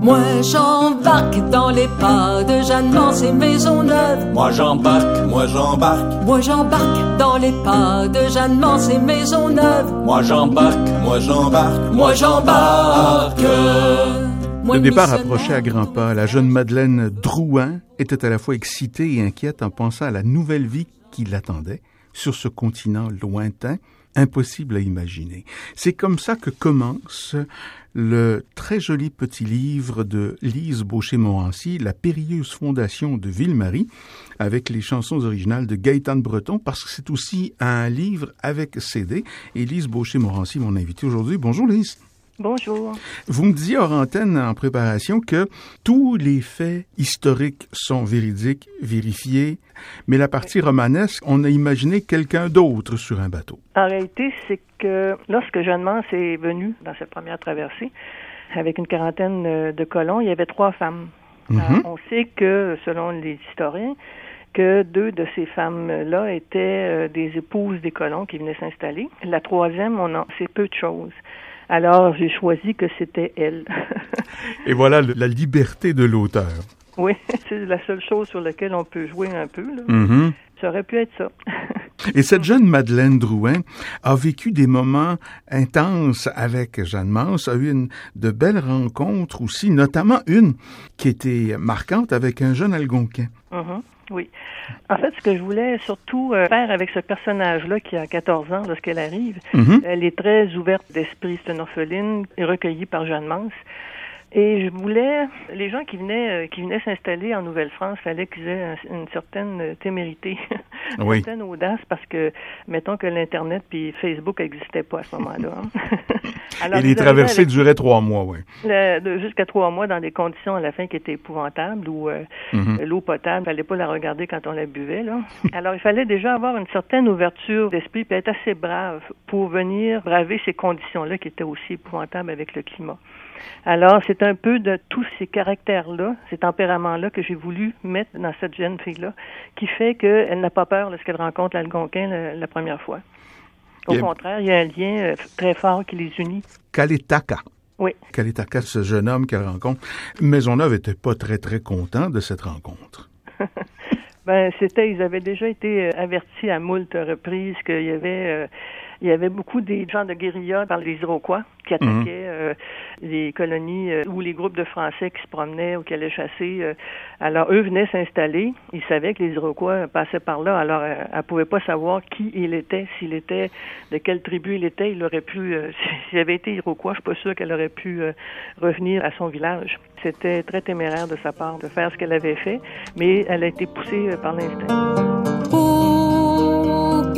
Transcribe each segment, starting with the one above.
Moi j'embarque dans les pas de Jeanne Mance et Maisonneuve. Moi j'embarque, moi j'embarque. Moi j'embarque dans les pas de Jeanne Mance et Maisonneuve. Moi j'embarque, moi j'embarque. Moi j'embarque. Le départ approchait à grands pas. La jeune Madeleine Drouin était à la fois excitée et inquiète en pensant à la nouvelle vie qui l'attendait sur ce continent lointain, impossible à imaginer. C'est comme ça que commence le très joli petit livre de Lise Baucher-Morancy, La périlleuse fondation de Ville-Marie, avec les chansons originales de Gaëtane Breton, parce que c'est aussi un livre avec CD. Et Lise Baucher-Morancy, mon invitée aujourd'hui. Bonjour Lise. Bonjour. Vous me disiez hors antenne en préparation que tous les faits historiques sont véridiques, vérifiés, mais la partie romanesque, on a imaginé quelqu'un d'autre sur un bateau. En réalité, c'est que lorsque Jeanne Mance est venue dans cette première traversée, avec une quarantaine de colons, il y avait 3 femmes. On sait que, selon les historiens, que 2 de ces femmes-là étaient des épouses des colons qui venaient s'installer. La 3e, c'est peu de choses. Alors, j'ai choisi que c'était elle. Et voilà la liberté de l'auteur. Oui, c'est la seule chose sur laquelle on peut jouer un peu, là. Ça aurait pu être ça. Et cette jeune Madeleine Drouin a vécu des moments intenses avec Jeanne Mance, a eu de belles rencontres aussi, notamment une qui était marquante avec un jeune Algonquin. Oui. En fait, ce que je voulais surtout faire avec ce personnage-là qui a 14 ans lorsqu'elle arrive, elle est très ouverte d'esprit, c'est une orpheline, recueillie par Jeanne Mance. Et je voulais, les gens qui venaient s'installer en Nouvelle-France, fallait qu'ils aient une certaine témérité, une certaine audace, parce que, mettons que l'Internet puis Facebook n'existaient pas à ce moment-là. Alors, et les traversées duraient 3 mois, oui. Jusqu'à 3 mois dans des conditions à la fin qui étaient épouvantables, où l'eau potable, il fallait pas la regarder quand on la buvait, là. Alors, il fallait déjà avoir une certaine ouverture d'esprit puis être assez brave pour venir braver ces conditions-là qui étaient aussi épouvantables avec le climat. Alors, c'est un peu de tous ces caractères-là, ces tempéraments-là que j'ai voulu mettre dans cette jeune fille-là, qui fait qu'elle n'a pas peur lorsqu'elle rencontre l'Algonquin la première fois. Au contraire, il y a un lien très fort qui les unit. Kaletaka. Oui. Kaletaka, ce jeune homme qu'elle rencontre. Maisonneuve n'était pas très, très content de cette rencontre. Ils avaient déjà été avertis à moult reprises qu'il y avait beaucoup des gens de guérilla par les Iroquois qui attaquaient les colonies ou les groupes de Français qui se promenaient ou qui allaient chasser. Alors, eux venaient s'installer. Ils savaient que les Iroquois passaient par là. Alors, elle pouvait pas savoir qui il était, s'il était, de quelle tribu il était. Il aurait pu, s'il avait été Iroquois, je suis pas sûre qu'elle aurait pu revenir à son village. C'était très téméraire de sa part de faire ce qu'elle avait fait, mais elle a été poussée par l'instinct. Oh,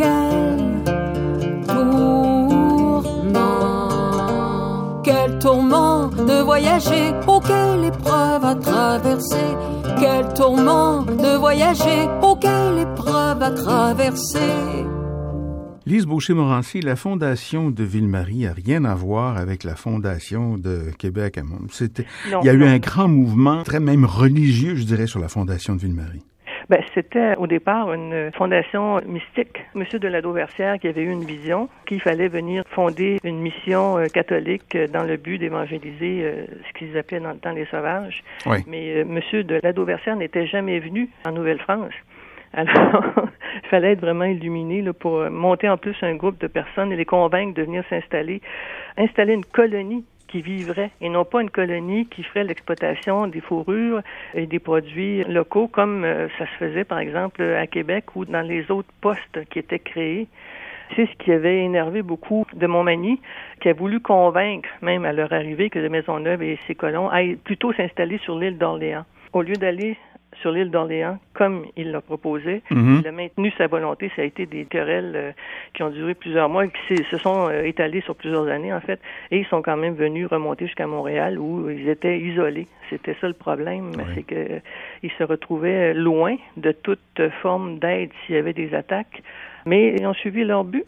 quel tourment de voyager, oh quelle épreuve à traverser, quel tourment de voyager, oh quelle épreuve à traverser. Lise Baucher-Morancy, la fondation de Ville-Marie n'a rien à voir avec la fondation de Québec. Il y a eu un grand mouvement, très même religieux, je dirais, sur la fondation de Ville-Marie. C'était au départ une fondation mystique. Monsieur de la Dauversière qui avait eu une vision qu'il fallait venir fonder une mission catholique dans le but d'évangéliser ce qu'ils appelaient dans le temps les sauvages. Oui. Mais Monsieur de la Dauversière n'était jamais venu en Nouvelle-France. Alors, il fallait être vraiment illuminé là, pour monter en plus un groupe de personnes et les convaincre de venir installer une colonie qui vivrait et non pas une colonie qui ferait l'exploitation des fourrures et des produits locaux comme ça se faisait par exemple à Québec ou dans les autres postes qui étaient créés. C'est ce qui avait énervé beaucoup de Montmagny, qui a voulu convaincre, même à leur arrivée, que de Maisonneuve et ses colons aillent plutôt s'installer sur l'île d'Orléans. Au lieu d'aller sur l'île d'Orléans, comme il l'a proposé, il a maintenu sa volonté. Ça a été des querelles qui ont duré plusieurs mois, qui se sont étalées sur plusieurs années, en fait, et ils sont quand même venus remonter jusqu'à Montréal, où ils étaient isolés. C'était ça le problème, c'est que ils se retrouvaient loin de toute forme d'aide s'il y avait des attaques, mais ils ont suivi leur but.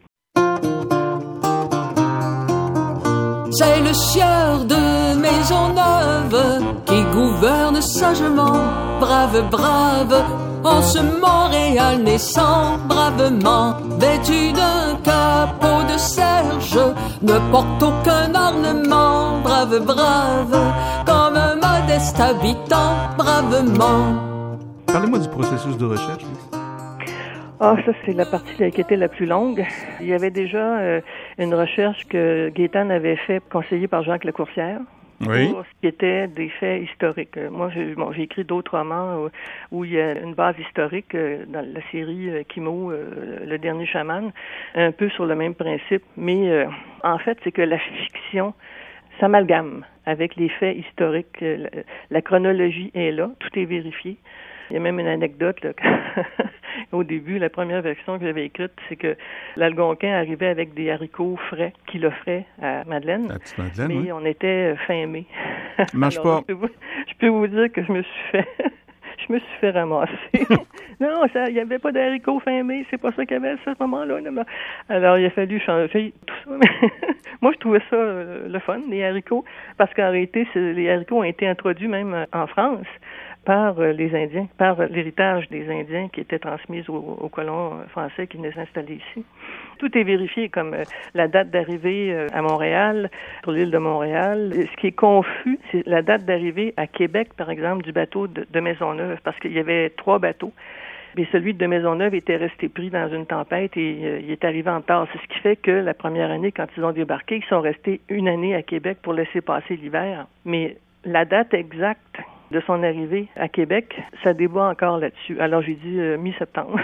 C'est le sieur de Maisonneuve qui gouverne sagement, brave, brave, en ce Montréal naissant, bravement, vêtu d'un capot de serge, ne porte aucun ornement, brave, brave, comme un modeste reste habitant bravement. Parlez-moi du processus de recherche. Ah, ça, c'est la partie qui était la plus longue. Il y avait déjà une recherche que Gaétane avait fait, conseillée par Jacques Lecourcière. Oui. Pour ce qui était des faits historiques. Moi, j'ai écrit d'autres romans où il y a une base historique dans la série Kimo, Le Dernier Chaman, un peu sur le même principe. Mais en fait, c'est que la fiction s'amalgame avec les faits historiques. La chronologie est là, tout est vérifié. Il y a même une anecdote, là, au début, la première version que j'avais écrite, c'est que l'Algonquin arrivait avec des haricots frais qu'il offrait à Madeleine. La petite Madeleine, mais oui. on était fin mai. Mange pas. Je peux vous dire que je me suis fait ramasser. Non, il n'y avait pas d'haricots fin mai, c'est pas ça qu'il y avait à ce moment-là. Non. Alors, il a fallu changer tout ça. Moi, je trouvais ça le fun, les haricots, parce qu'en réalité, les haricots ont été introduits même en France par les Indiens, par l'héritage des Indiens qui était transmis aux colons français qui venaient s'installer ici. Tout est vérifié, comme la date d'arrivée à Montréal, sur l'île de Montréal. Ce qui est confus, c'est la date d'arrivée à Québec, par exemple, du bateau de Maisonneuve, parce qu'il y avait 3 bateaux. Mais celui de Maisonneuve était resté pris dans une tempête et il est arrivé en retard. C'est ce qui fait que la première année, quand ils ont débarqué, ils sont restés 1 année à Québec pour laisser passer l'hiver. Mais la date exacte de son arrivée à Québec, ça débat encore là-dessus. Alors j'ai dit mi-septembre.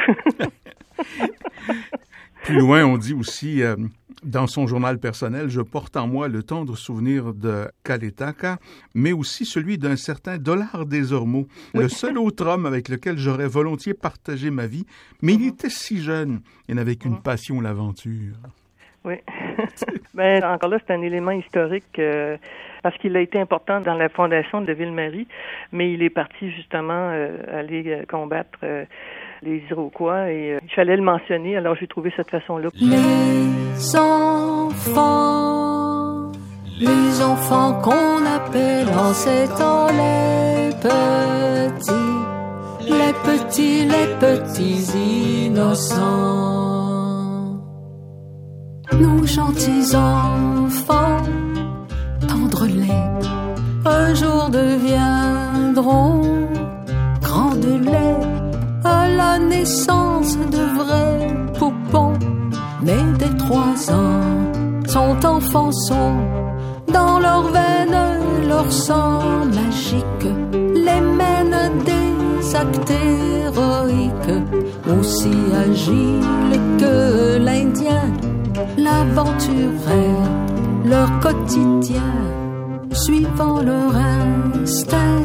Plus loin, on dit aussi, dans son journal personnel, « Je porte en moi le tendre souvenir de Kaletaka, mais aussi celui d'un certain Dollard des Ormeaux, le seul autre homme avec lequel j'aurais volontiers partagé ma vie, mais il était si jeune et n'avait qu'une passion, l'aventure. » Oui. Ben, encore là, c'est un élément historique parce qu'il a été important dans la fondation de Ville-Marie, mais il est parti justement aller combattre les Iroquois et il fallait le mentionner, alors j'ai trouvé cette façon-là. Les enfants qu'on appelle en ces temps les petits innocents. Nos gentils enfants, tendres-les, un jour deviendront grands de lait, à la naissance de vrais poupons. Mais dès 3 ans, sont enfants, sont dans leurs veines, leur sang magique les mène des actes héroïques, aussi agiles que l'Indien, l'aventurière, leur quotidien, suivant leur instinct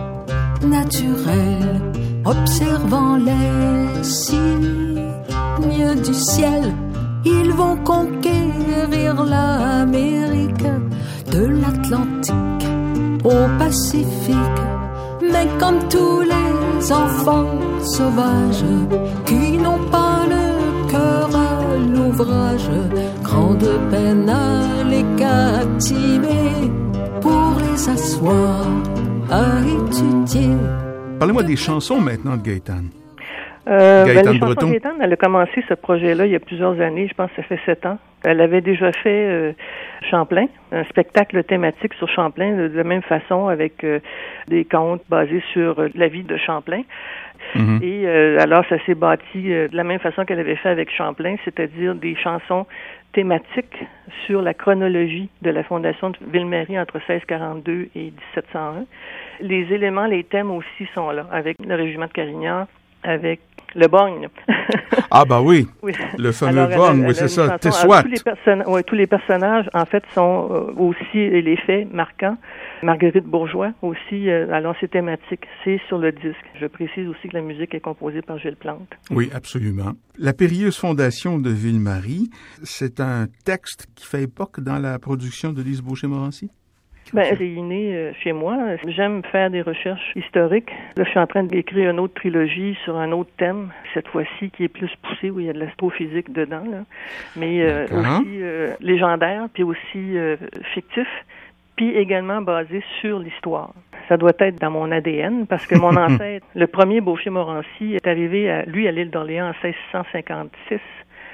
naturel, observant les signes du ciel, ils vont conquérir l'Amérique, de l'Atlantique au Pacifique. Mais comme tous les enfants sauvages qui n'ont pas le cœur à l'ouvrage, grande peine à les captiver pour les asseoir à étudier. Parlez-moi des chansons maintenant de Gaétane. Les chansons de Gaétane, elle a commencé ce projet-là il y a plusieurs années, je pense que ça fait 7 ans. Elle avait déjà fait Champlain, un spectacle thématique sur Champlain, de la même façon avec des contes basés sur la vie de Champlain. Mm-hmm. Et alors, ça s'est bâti de la même façon qu'elle avait fait avec Champlain, c'est-à-dire des chansons thématiques sur la chronologie de la fondation de Ville-Marie entre 1642 et 1701. Les éléments, les thèmes aussi sont là, avec le régiment de Carignan, avec le borgne. Ah bah oui, oui. Le fameux borgne, oui, c'est ça, Tessoat. Tous les personnages, en fait, sont aussi les faits marquants. Marguerite Bourgeois aussi, alors c'est thématique, c'est sur le disque. Je précise aussi que la musique est composée par Gilles Plante. Oui, absolument. La périlleuse fondation de Ville-Marie, c'est un texte qui fait époque dans la production de Lise Boucher-Morancy? Ben, c'est inné chez moi. J'aime faire des recherches historiques. Là, je suis en train d'écrire une autre trilogie sur un autre thème, cette fois-ci qui est plus poussé, où il y a de l'astrophysique dedans, là. Mais aussi légendaire, puis aussi fictif, puis également basé sur l'histoire. Ça doit être dans mon ADN, parce que mon ancêtre, le premier Boucher-Morancy, est arrivé, lui, à l'île d'Orléans en 1656.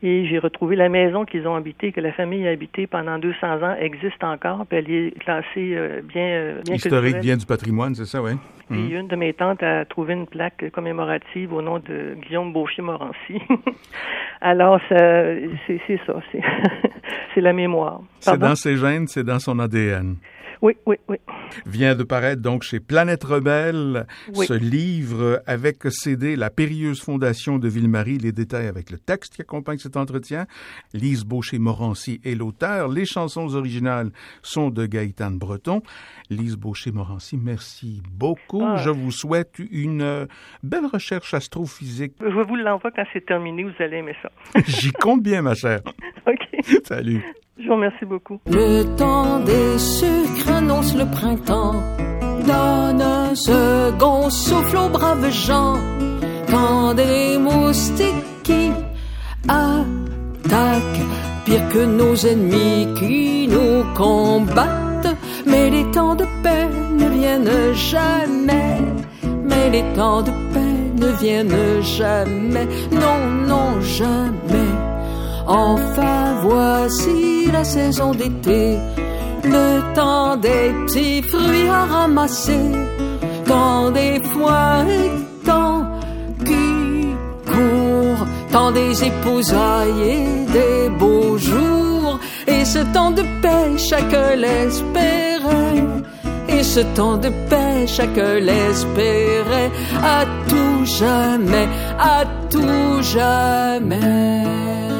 Et j'ai retrouvé la maison qu'ils ont habitée, que la famille a habitée pendant 200 ans, existe encore, puis elle est classée bien historique, bien du patrimoine, c'est ça, oui. Puis une de mes tantes a trouvé une plaque commémorative au nom de Guillaume Beauchier-Morancy. Alors, c'est ça, c'est la mémoire. C'est dans ses gènes, c'est dans son ADN. Oui. Vient de paraître donc chez Planète Rebelle ce livre avec CD, La périlleuse fondation de Ville-Marie, les détails avec le texte qui accompagne cet entretien. Lise Beaucher-Morancy est l'auteur. Les chansons originales sont de Gaëtan Breton. Lise Beaucher-Morancy, merci beaucoup. Je vous souhaite une belle recherche astrophysique. Je vous l'envoie quand c'est terminé, vous allez aimer ça. J'y compte bien, ma chère. OK. Salut. Je vous remercie beaucoup. Le temps des sucres annonce le printemps, donne un second souffle aux braves gens, quand des moustiques qui attaquent, pire que nos ennemis qui nous combattent. Mais les temps de paix ne viennent jamais, mais les temps de paix ne viennent jamais, non, jamais. Enfin voici la saison d'été, le temps des petits fruits à ramasser, temps des foires et temps qui courent, temps des épousailles et des beaux jours, et ce temps de paix chacun l'espérait, et ce temps de paix chacun l'espérait, à tout jamais, à tout jamais.